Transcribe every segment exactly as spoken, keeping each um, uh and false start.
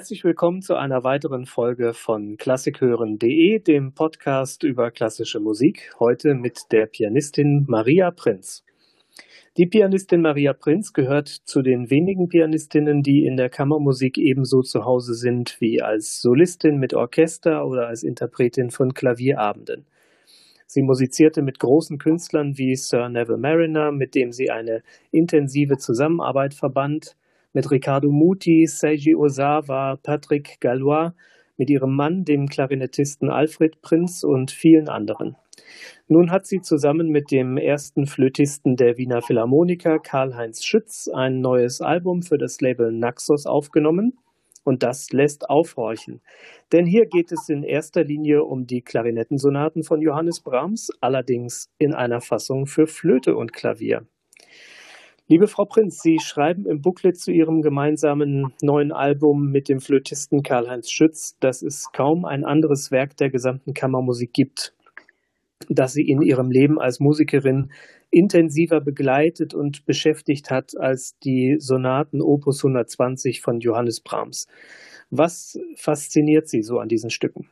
Herzlich willkommen zu einer weiteren Folge von klassikhören punkt de, dem Podcast über klassische Musik, heute mit der Pianistin Maria Prinz. Die Pianistin Maria Prinz gehört zu den wenigen Pianistinnen, die in der Kammermusik ebenso zu Hause sind wie als Solistin mit Orchester oder als Interpretin von Klavierabenden. Sie musizierte mit großen Künstlern wie Sir Neville Marriner, mit dem sie eine intensive Zusammenarbeit verband, mit Riccardo Muti, Seiji Ozawa, Patrick Gallois, mit ihrem Mann, dem Klarinettisten Alfred Prinz und vielen anderen. Nun hat sie zusammen mit dem ersten Flötisten der Wiener Philharmoniker, Karl-Heinz Schütz, ein neues Album für das Label Naxos aufgenommen. Und das lässt aufhorchen. Denn hier geht es in erster Linie um die Klarinettensonaten von Johannes Brahms, allerdings in einer Fassung für Flöte und Klavier. Liebe Frau Prinz, Sie schreiben im Booklet zu Ihrem gemeinsamen neuen Album mit dem Flötisten Karl-Heinz Schütz, dass es kaum ein anderes Werk der gesamten Kammermusik gibt, das Sie in Ihrem Leben als Musikerin intensiver begleitet und beschäftigt hat als die Sonaten Opus hundertzwanzig von Johannes Brahms. Was fasziniert Sie so an diesen Stücken?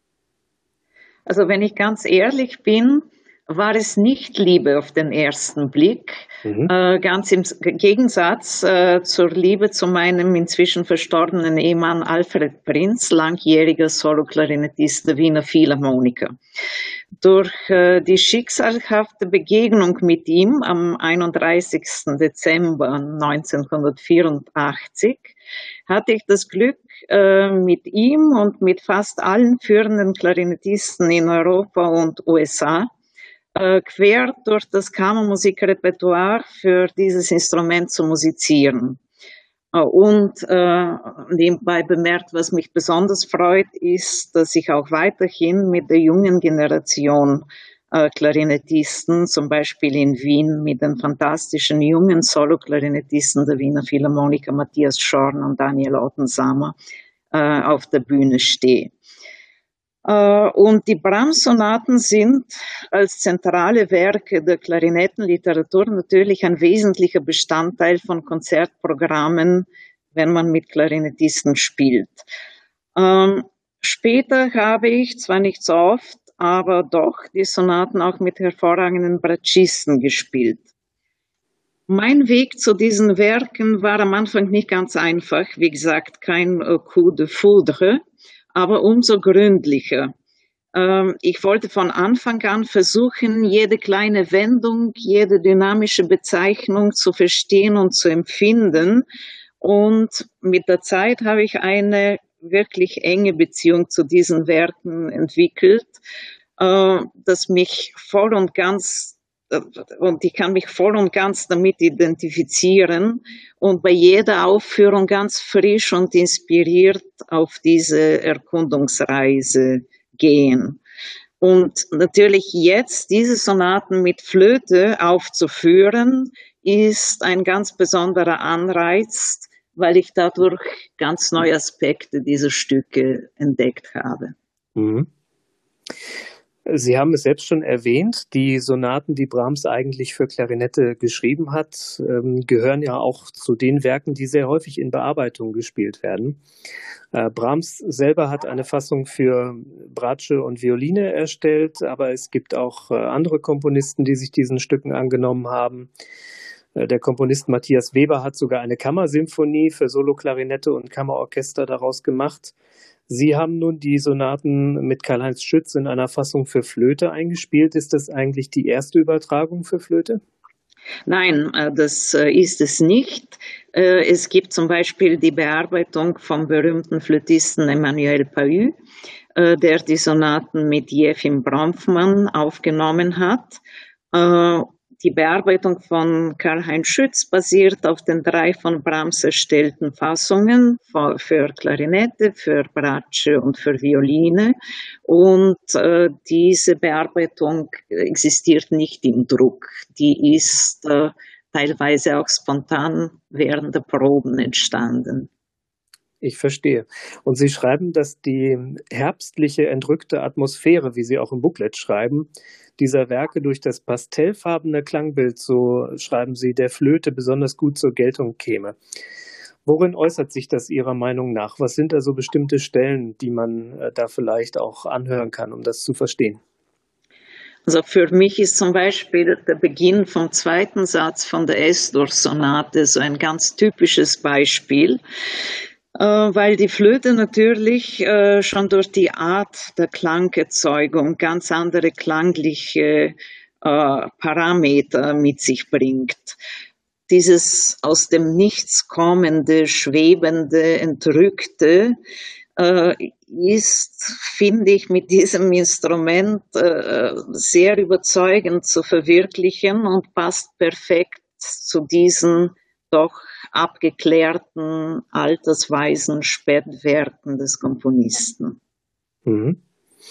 Also wenn ich ganz ehrlich bin, war es nicht Liebe auf den ersten Blick, mhm. äh, ganz im Gegensatz äh, zur Liebe zu meinem inzwischen verstorbenen Ehemann Alfred Prinz, langjähriger Soloklarinettist der Wiener Philharmoniker. Durch äh, die schicksalhafte Begegnung mit ihm am einunddreißigsten Dezember neunzehnhundertvierundachtzig hatte ich das Glück, äh, mit ihm und mit fast allen führenden Klarinettisten in Europa und U S A äh, quer durch das Kammermusikrepertoire für dieses Instrument zu musizieren. Und äh, nebenbei bemerkt, was mich besonders freut, ist, dass ich auch weiterhin mit der jungen Generation äh, Klarinettisten, zum Beispiel in Wien mit den fantastischen jungen Solo-Klarinettisten der Wiener Philharmoniker Matthias Schorn und Daniel Ottensamer äh, auf der Bühne stehe. Und die Brahms-Sonaten sind als zentrale Werke der Klarinettenliteratur natürlich ein wesentlicher Bestandteil von Konzertprogrammen, wenn man mit Klarinettisten spielt. Ähm, später habe ich, zwar nicht so oft, aber doch die Sonaten auch mit hervorragenden Bratschisten gespielt. Mein Weg zu diesen Werken war am Anfang nicht ganz einfach, wie gesagt, kein äh, Coup de foudre, aber umso gründlicher. Ähm, ich wollte von Anfang an versuchen, jede kleine Wendung, jede dynamische Bezeichnung zu verstehen und zu empfinden. Und mit der Zeit habe ich eine wirklich enge Beziehung zu diesen Werken entwickelt, äh, das mich voll und ganz und ich kann mich voll und ganz damit identifizieren und bei jeder Aufführung ganz frisch und inspiriert auf diese Erkundungsreise gehen. Und natürlich jetzt diese Sonaten mit Flöte aufzuführen, ist ein ganz besonderer Anreiz, weil ich dadurch ganz neue Aspekte dieser Stücke entdeckt habe. Mhm. Sie haben es selbst schon erwähnt, die Sonaten, die Brahms eigentlich für Klarinette geschrieben hat, ähm, gehören ja auch zu den Werken, die sehr häufig in Bearbeitung gespielt werden. Äh, Brahms selber hat eine Fassung für Bratsche und Violine erstellt, aber es gibt auch äh, andere Komponisten, die sich diesen Stücken angenommen haben. Äh, der Komponist Matthias Weber hat sogar eine Kammersymphonie für Soloklarinette und Kammerorchester daraus gemacht. Sie haben nun die Sonaten mit Karl-Heinz Schütz in einer Fassung für Flöte eingespielt. Ist das eigentlich die erste Übertragung für Flöte? Nein, das ist es nicht. Es gibt zum Beispiel die Bearbeitung vom berühmten Flötisten Emmanuel Pahud, der die Sonaten mit Jefim Bronfman aufgenommen hat. Die Bearbeitung von Karl-Heinz Schütz basiert auf den drei von Brahms erstellten Fassungen für Klarinette, für Bratsche und für Violine. Und äh, diese Bearbeitung existiert nicht im Druck. Die ist äh, teilweise auch spontan während der Proben entstanden. Ich verstehe. Und Sie schreiben, dass die herbstliche, entrückte Atmosphäre, wie Sie auch im Booklet schreiben, dieser Werke durch das pastellfarbene Klangbild, so schreiben Sie, der Flöte besonders gut zur Geltung käme. Worin äußert sich das Ihrer Meinung nach? Was sind da so bestimmte Stellen, die man äh, da vielleicht auch anhören kann, um das zu verstehen? Also für mich ist zum Beispiel der Beginn vom zweiten Satz von der S-Dur-Sonate so ein ganz typisches Beispiel, äh, weil die Flöte natürlich äh, schon durch die Art der Klangerzeugung ganz andere klangliche äh, Parameter mit sich bringt. Dieses aus dem Nichts kommende, schwebende, entrückte äh, ist, finde ich, mit diesem Instrument äh, sehr überzeugend zu verwirklichen und passt perfekt zu diesen doch abgeklärten, altersweisen Spätwerken des Komponisten. Mhm.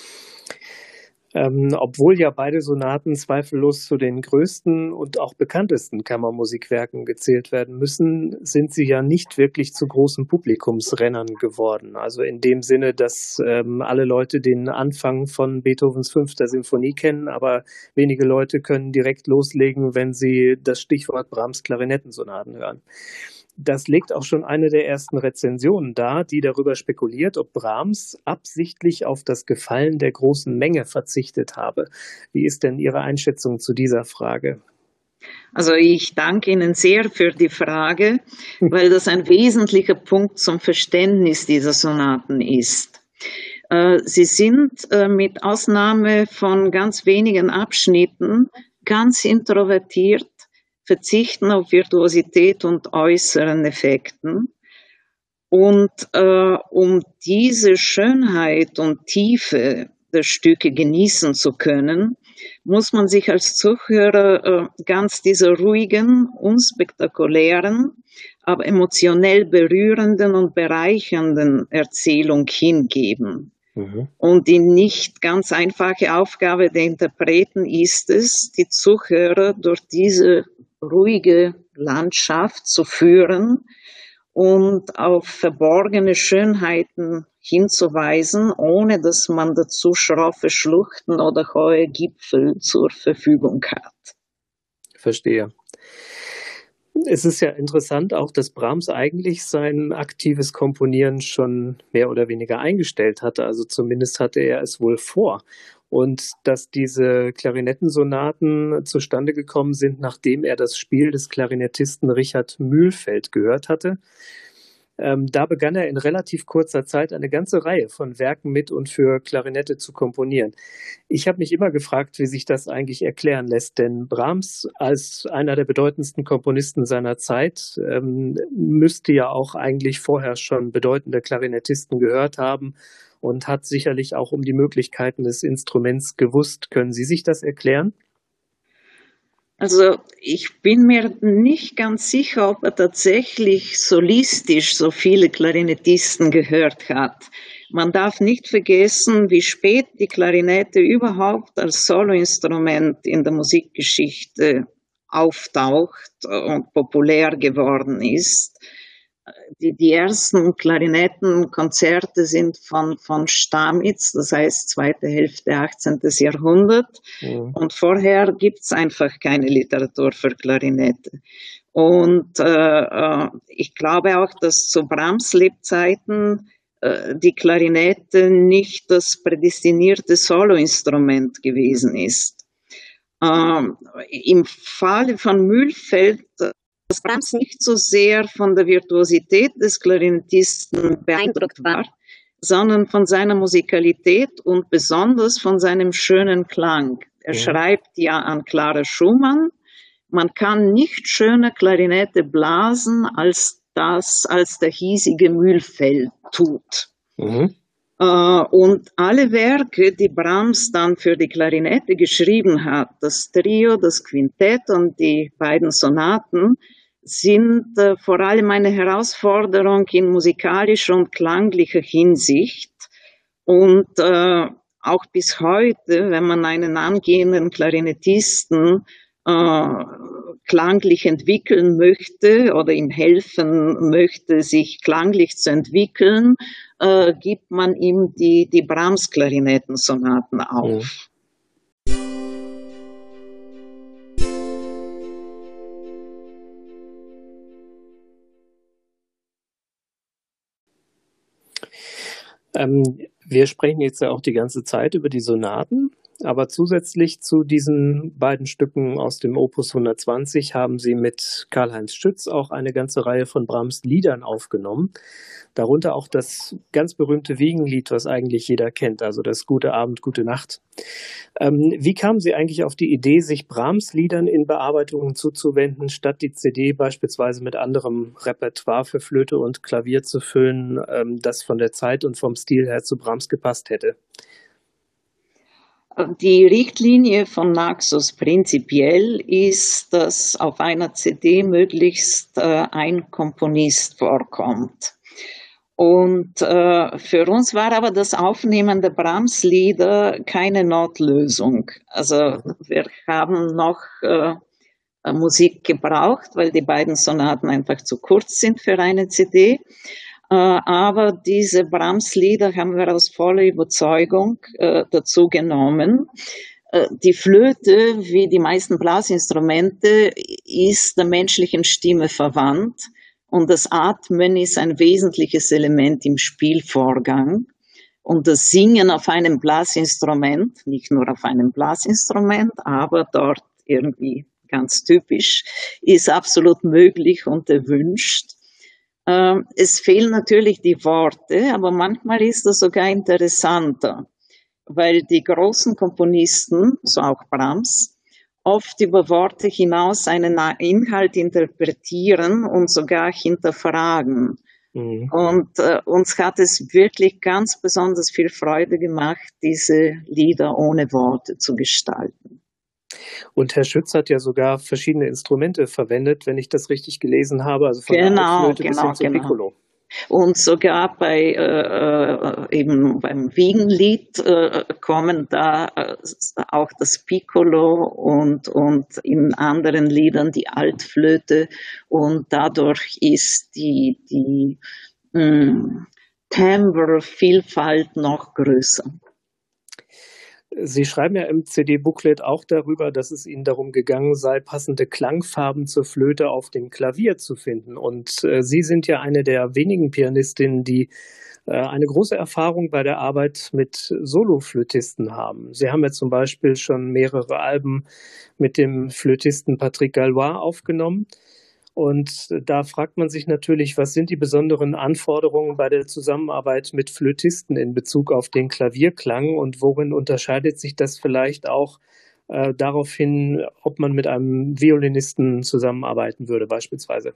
Ähm, obwohl ja beide Sonaten zweifellos zu den größten und auch bekanntesten Kammermusikwerken gezählt werden müssen, sind sie ja nicht wirklich zu großen Publikumsrennern geworden. Also in dem Sinne, dass ähm, alle Leute den Anfang von Beethovens Fünfter Sinfonie kennen, aber wenige Leute können direkt loslegen, wenn sie das Stichwort Brahms Klarinettensonaten hören. Das legt auch schon eine der ersten Rezensionen dar, die darüber spekuliert, ob Brahms absichtlich auf das Gefallen der großen Menge verzichtet habe. Wie ist denn Ihre Einschätzung zu dieser Frage? Also ich danke Ihnen sehr für die Frage, weil das ein wesentlicher Punkt zum Verständnis dieser Sonaten ist. Sie sind mit Ausnahme von ganz wenigen Abschnitten ganz introvertiert, verzichten auf Virtuosität und äußeren Effekten. Und äh, um diese Schönheit und Tiefe der Stücke genießen zu können, muss man sich als Zuhörer äh, ganz dieser ruhigen, unspektakulären, aber emotionell berührenden und bereichernden Erzählung hingeben. Mhm. Und die nicht ganz einfache Aufgabe der Interpreten ist es, die Zuhörer durch diese ruhige Landschaft zu führen und auf verborgene Schönheiten hinzuweisen, ohne dass man dazu schroffe Schluchten oder hohe Gipfel zur Verfügung hat. Verstehe. Es ist ja interessant auch, dass Brahms eigentlich sein aktives Komponieren schon mehr oder weniger eingestellt hatte. Also zumindest hatte er es wohl vor. Und dass diese Klarinettensonaten zustande gekommen sind, nachdem er das Spiel des Klarinettisten Richard Mühlfeld gehört hatte. Ähm, da begann er in relativ kurzer Zeit eine ganze Reihe von Werken mit und für Klarinette zu komponieren. Ich habe mich immer gefragt, wie sich das eigentlich erklären lässt, denn Brahms als einer der bedeutendsten Komponisten seiner Zeit ähm, müsste ja auch eigentlich vorher schon bedeutende Klarinettisten gehört haben und hat sicherlich auch um die Möglichkeiten des Instruments gewusst. Können Sie sich das erklären? Also ich bin mir nicht ganz sicher, ob er tatsächlich solistisch so viele Klarinettisten gehört hat. Man darf nicht vergessen, wie spät die Klarinette überhaupt als Soloinstrument in der Musikgeschichte auftaucht und populär geworden ist. Die, die ersten Klarinettenkonzerte sind von, von Stamitz, das heißt zweite Hälfte achtzehnten. Jahrhundert. Mhm. Und vorher gibt's einfach keine Literatur für Klarinette. Und äh, ich glaube auch, dass zu Brahms Lebzeiten äh, die Klarinette nicht das prädestinierte Soloinstrument gewesen ist. Ähm, Im Falle von Mühlfeld dass Brahms nicht so sehr von der Virtuosität des Klarinettisten beeindruckt war, sondern von seiner Musikalität und besonders von seinem schönen Klang. Er ja. schreibt ja an Clara Schumann, man kann nicht schöner Klarinette blasen, als das, als der hiesige Mühlfeld tut. Mhm. Uh, und alle Werke, die Brahms dann für die Klarinette geschrieben hat, das Trio, das Quintett und die beiden Sonaten, sind äh, vor allem eine Herausforderung in musikalischer und klanglicher Hinsicht. Und äh, auch bis heute, wenn man einen angehenden Klarinettisten äh, klanglich entwickeln möchte oder ihm helfen möchte, sich klanglich zu entwickeln, äh, gibt man ihm die, die Brahms-Klarinettensonaten auf. Ähm, wir sprechen jetzt ja auch die ganze Zeit über die Sonaten, aber zusätzlich zu diesen beiden Stücken aus dem Opus hundertzwanzig haben Sie mit Karl-Heinz Schütz auch eine ganze Reihe von Brahms Liedern aufgenommen, darunter auch das ganz berühmte Wiegenlied, was eigentlich jeder kennt, also das Gute Abend, Gute Nacht. Ähm, wie kamen Sie eigentlich auf die Idee, sich Brahms Liedern in Bearbeitungen zuzuwenden, statt die C D beispielsweise mit anderem Repertoire für Flöte und Klavier zu füllen, ähm, das von der Zeit und vom Stil her zu Brahms gepasst hätte? Die Richtlinie von Naxos prinzipiell ist, dass auf einer C D möglichst äh, ein Komponist vorkommt. Und äh, für uns war aber das Aufnehmen der Brahms-Lieder keine Notlösung. Also wir haben noch äh, Musik gebraucht, weil die beiden Sonaten einfach zu kurz sind für eine C D. Uh, aber diese Brahms-Lieder haben wir aus voller Überzeugung uh, dazu genommen. Uh, die Flöte, wie die meisten Blasinstrumente, ist der menschlichen Stimme verwandt und das Atmen ist ein wesentliches Element im Spielvorgang. Und das Singen auf einem Blasinstrument, nicht nur auf einem Blasinstrument, aber dort irgendwie ganz typisch, ist absolut möglich und erwünscht. Es fehlen natürlich die Worte, aber manchmal ist das sogar interessanter, weil die großen Komponisten, so auch Brahms, oft über Worte hinaus einen Inhalt interpretieren und sogar hinterfragen. Mhm. Und äh, uns hat es wirklich ganz besonders viel Freude gemacht, diese Lieder ohne Worte zu gestalten. Und Herr Schütz hat ja sogar verschiedene Instrumente verwendet, wenn ich das richtig gelesen habe, also von genau, der Altflöte genau, bis hin zum genau. Piccolo. Und sogar bei äh, eben beim Wiegenlied äh, kommen da äh, auch das Piccolo und und in anderen Liedern die Altflöte und dadurch ist die die mh, Timbre-Vielfalt noch größer. Sie schreiben ja im C D-Booklet auch darüber, dass es Ihnen darum gegangen sei, passende Klangfarben zur Flöte auf dem Klavier zu finden. Und äh, Sie sind ja eine der wenigen Pianistinnen, die äh, eine große Erfahrung bei der Arbeit mit Soloflötisten haben. Sie haben ja zum Beispiel schon mehrere Alben mit dem Flötisten Patrick Gallois aufgenommen. Und da fragt man sich natürlich, was sind die besonderen Anforderungen bei der Zusammenarbeit mit Flötisten in Bezug auf den Klavierklang und worin unterscheidet sich das vielleicht auch äh, darauf hin, ob man mit einem Violinisten zusammenarbeiten würde beispielsweise?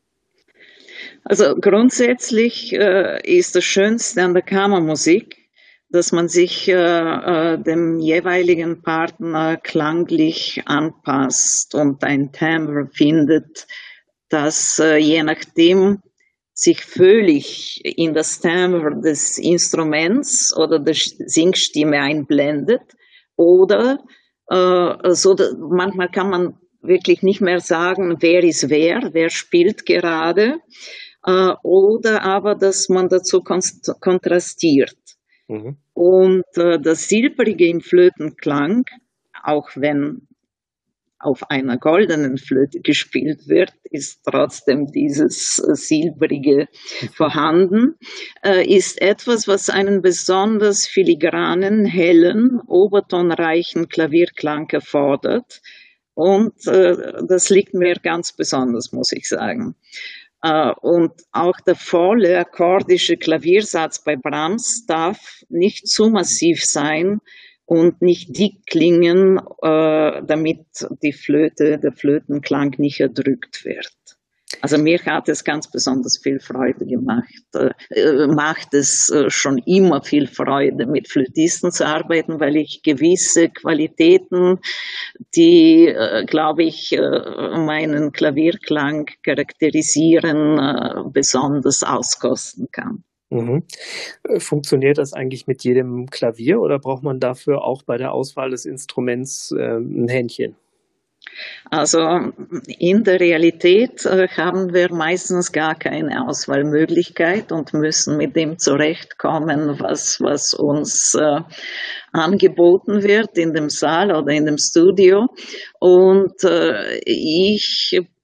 Also grundsätzlich äh, ist das Schönste an der Kammermusik, dass man sich äh, äh, dem jeweiligen Partner klanglich anpasst und ein Timbre findet, das äh, je nachdem sich völlig in das Timbre des Instruments oder der Singstimme einblendet oder äh, so, manchmal kann man wirklich nicht mehr sagen, wer ist wer, wer spielt gerade äh, oder aber, dass man dazu kontrastiert. Mhm. Und äh, das Silbrige im Flötenklang, auch wenn auf einer goldenen Flöte gespielt wird, ist trotzdem dieses äh, Silbrige vorhanden, äh, ist etwas, was einen besonders filigranen, hellen, obertonreichen Klavierklang erfordert. Und äh, das liegt mir ganz besonders, muss ich sagen. Uh, und auch der volle akkordische Klaviersatz bei Brahms darf nicht zu massiv sein und nicht dick klingen, uh, damit die Flöte, der Flötenklang nicht erdrückt wird. Also mir hat es ganz besonders viel Freude gemacht, äh, macht es äh, schon immer viel Freude, mit Flötisten zu arbeiten, weil ich gewisse Qualitäten, die, äh, glaube ich, äh, meinen Klavierklang charakterisieren, äh, besonders auskosten kann. Mhm. Funktioniert das eigentlich mit jedem Klavier oder braucht man dafür auch bei der Auswahl des Instruments äh, ein Händchen? Also in der Realität äh, haben wir meistens gar keine Auswahlmöglichkeit und müssen mit dem zurechtkommen, was, was uns äh, angeboten wird in dem Saal oder in dem Studio. Und äh, ich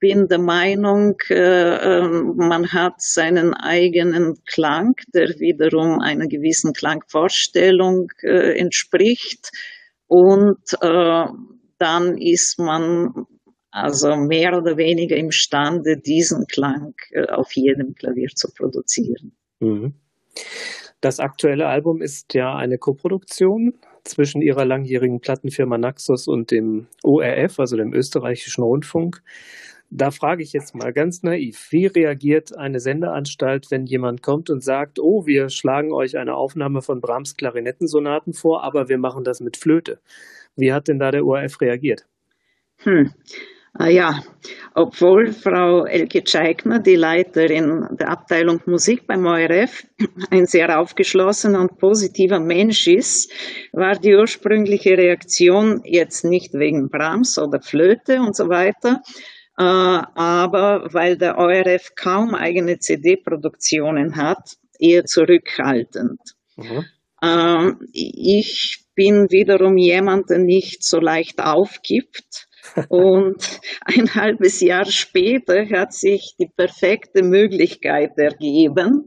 bin der Meinung, äh, man hat seinen eigenen Klang, der wiederum einer gewissen Klangvorstellung äh, entspricht. Und äh, dann ist man also mehr oder weniger imstande, diesen Klang äh, auf jedem Klavier zu produzieren. Mhm. Das aktuelle Album ist ja eine Koproduktion zwischen Ihrer langjährigen Plattenfirma Naxos und dem O R F, also dem Österreichischen Rundfunk. Da frage ich jetzt mal ganz naiv, wie reagiert eine Sendeanstalt, wenn jemand kommt und sagt, oh, wir schlagen euch eine Aufnahme von Brahms Klarinettensonaten vor, aber wir machen das mit Flöte. Wie hat denn da der O R F reagiert? Hm. Ah ja, obwohl Frau Elke Tscheigner, die Leiterin der Abteilung Musik beim O R F, ein sehr aufgeschlossener und positiver Mensch ist, war die ursprüngliche Reaktion jetzt nicht wegen Brahms oder Flöte und so weiter, äh, aber weil der O R F kaum eigene C D-Produktionen hat, eher zurückhaltend. Mhm. Äh, ich bin wiederum jemand, der nicht so leicht aufgibt. Und ein halbes Jahr später hat sich die perfekte Möglichkeit ergeben,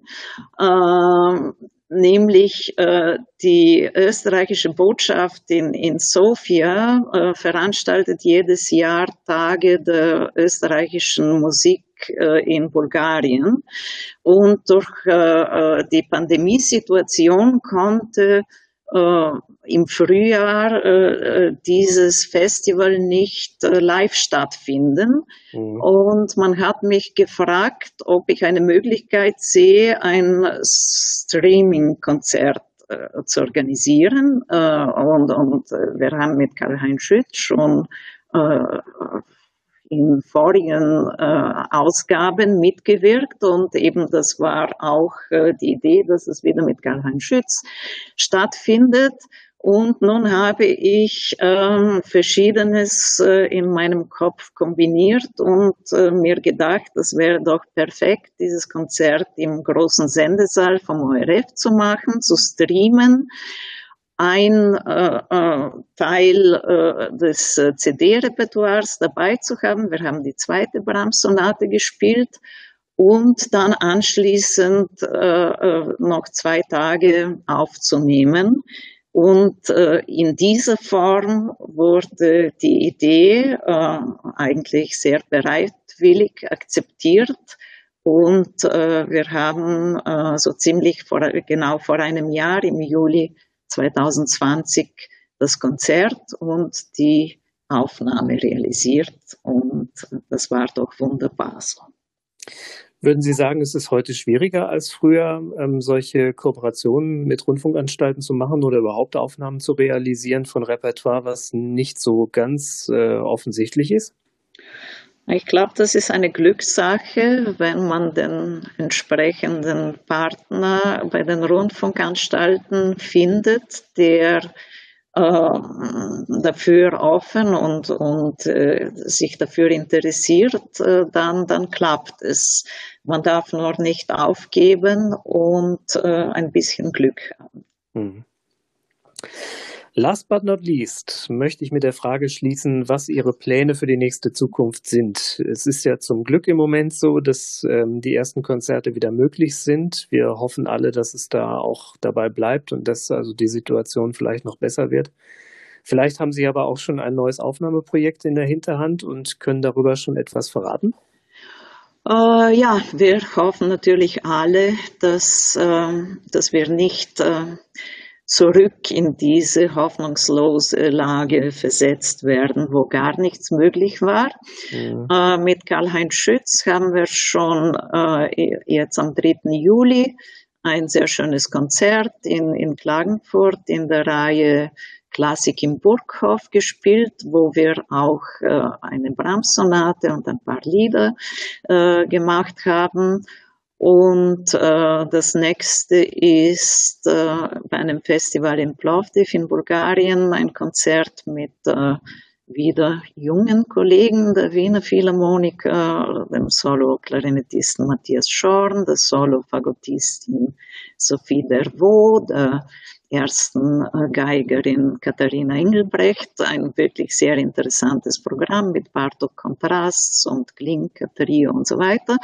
äh, nämlich äh, die österreichische Botschaft in, in Sofia äh, veranstaltet jedes Jahr Tage der österreichischen Musik äh, in Bulgarien. Und durch äh, die Pandemiesituation konnte äh, im Frühjahr äh, dieses Festival nicht äh, live stattfinden. Mhm. Und man hat mich gefragt, ob ich eine Möglichkeit sehe, ein Streaming-Konzert äh, zu organisieren. Äh, und, und wir haben mit Karl-Heinz Schütz schon äh, in vorigen äh, Ausgaben mitgewirkt und eben das war auch äh, die Idee, dass es wieder mit Karl-Heinz Schütz stattfindet. Und nun habe ich äh, Verschiedenes äh, in meinem Kopf kombiniert und äh, mir gedacht, das wäre doch perfekt, dieses Konzert im großen Sendesaal vom O R F zu machen, zu streamen. Ein äh, äh, Teil äh, des äh, C D-Repertoires dabei zu haben. Wir haben die zweite Brahms-Sonate gespielt und dann anschließend äh, äh, noch zwei Tage aufzunehmen. Und äh, in dieser Form wurde die Idee äh, eigentlich sehr bereitwillig akzeptiert. Und äh, wir haben äh, so ziemlich vor, genau vor einem Jahr im Juli zwanzig zwanzig das Konzert und die Aufnahme realisiert und das war doch wunderbar so. Würden Sie sagen, es ist heute schwieriger als früher, ähm, solche Kooperationen mit Rundfunkanstalten zu machen oder überhaupt Aufnahmen zu realisieren von Repertoire, was nicht so ganz äh, offensichtlich ist? Ich glaube, das ist eine Glückssache, wenn man den entsprechenden Partner bei den Rundfunkanstalten findet, der äh, dafür offen und, und äh, sich dafür interessiert, äh, dann, dann klappt es. Man darf nur nicht aufgeben und äh, ein bisschen Glück haben. Mhm. Last but not least möchte ich mit der Frage schließen, was Ihre Pläne für die nächste Zukunft sind. Es ist ja zum Glück im Moment so, dass ähm, die ersten Konzerte wieder möglich sind. Wir hoffen alle, dass es da auch dabei bleibt und dass also die Situation vielleicht noch besser wird. Vielleicht haben Sie aber auch schon ein neues Aufnahmeprojekt in der Hinterhand und können darüber schon etwas verraten? Uh, ja, wir hoffen natürlich alle, dass, uh, dass wir nicht uh, zurück in diese hoffnungslose Lage versetzt werden, wo gar nichts möglich war. Mhm. Äh, mit Karl-Heinz Schütz haben wir schon äh, jetzt am dritten Juli ein sehr schönes Konzert in, in Klagenfurt in der Reihe Klassik im Burghof gespielt, wo wir auch äh, eine Brahms-Sonate und ein paar Lieder äh, gemacht haben. Und äh, das nächste ist äh, bei einem Festival in Plovdiv in Bulgarien ein Konzert mit äh, wieder jungen Kollegen der Wiener Philharmoniker, dem Solo-Klarinettisten Matthias Schorn, der Solo-Fagottistin Sophie Dervaux, der ersten Geigerin Katharina Engelbrecht, ein wirklich sehr interessantes Programm mit Bartók Kontrasts und Glinka Trio und so weiter.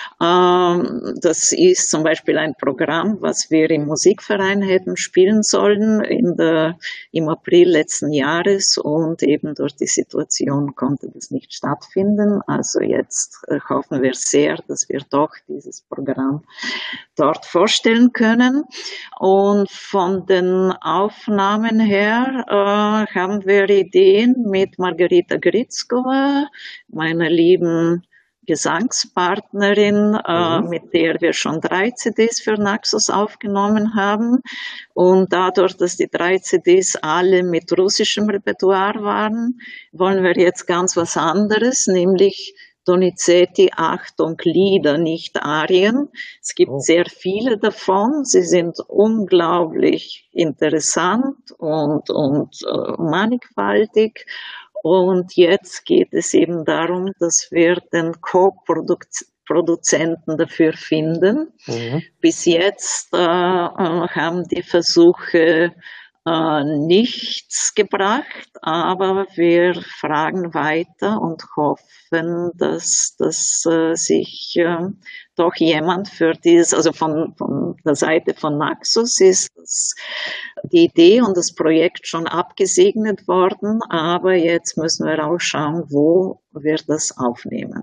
Das ist zum Beispiel ein Programm, was wir im Musikverein hätten spielen sollen in der, im April letzten Jahres, und eben durch die Situation konnte das nicht stattfinden. Also jetzt hoffen wir sehr, dass wir doch dieses Programm dort vorstellen können. Und von den Aufnahmen her äh, haben wir Ideen mit Margarita Grickova, meiner lieben Gesangspartnerin, äh, mit der wir schon drei C Ds für Naxos aufgenommen haben. Und dadurch, dass die drei C Ds alle mit russischem Repertoire waren, wollen wir jetzt ganz was anderes, nämlich Donizetti, Achtung, Lieder, nicht Arien. Es gibt oh. sehr viele davon. Sie sind unglaublich interessant und, und äh, mannigfaltig. Und jetzt geht es eben darum, dass wir den Co-Produzenten dafür finden. Mhm. Bis jetzt äh, haben die Versuche äh, nichts gebracht, aber wir fragen weiter und hoffen, dass, dass äh, sich äh, doch jemand für dieses, also von, von der Seite von Naxos ist das, die Idee und das Projekt schon abgesegnet worden, aber jetzt müssen wir auch schauen, wo wir das aufnehmen.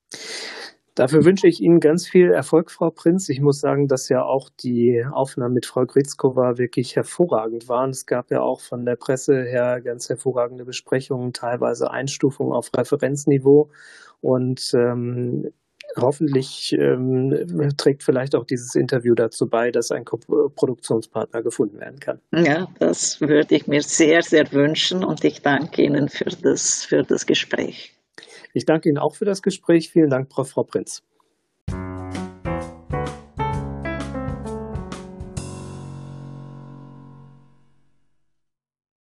Dafür wünsche ich Ihnen ganz viel Erfolg, Frau Prinz. Ich muss sagen, dass ja auch die Aufnahmen mit Frau Grickova wirklich hervorragend waren. Es gab ja auch von der Presse her ganz hervorragende Besprechungen, teilweise Einstufungen auf Referenzniveau. Und ähm, hoffentlich ähm, trägt vielleicht auch dieses Interview dazu bei, dass ein Produktionspartner gefunden werden kann. Ja, das würde ich mir sehr, sehr wünschen, und ich danke Ihnen für das, für das Gespräch. Ich danke Ihnen auch für das Gespräch. Vielen Dank, Frau Prinz.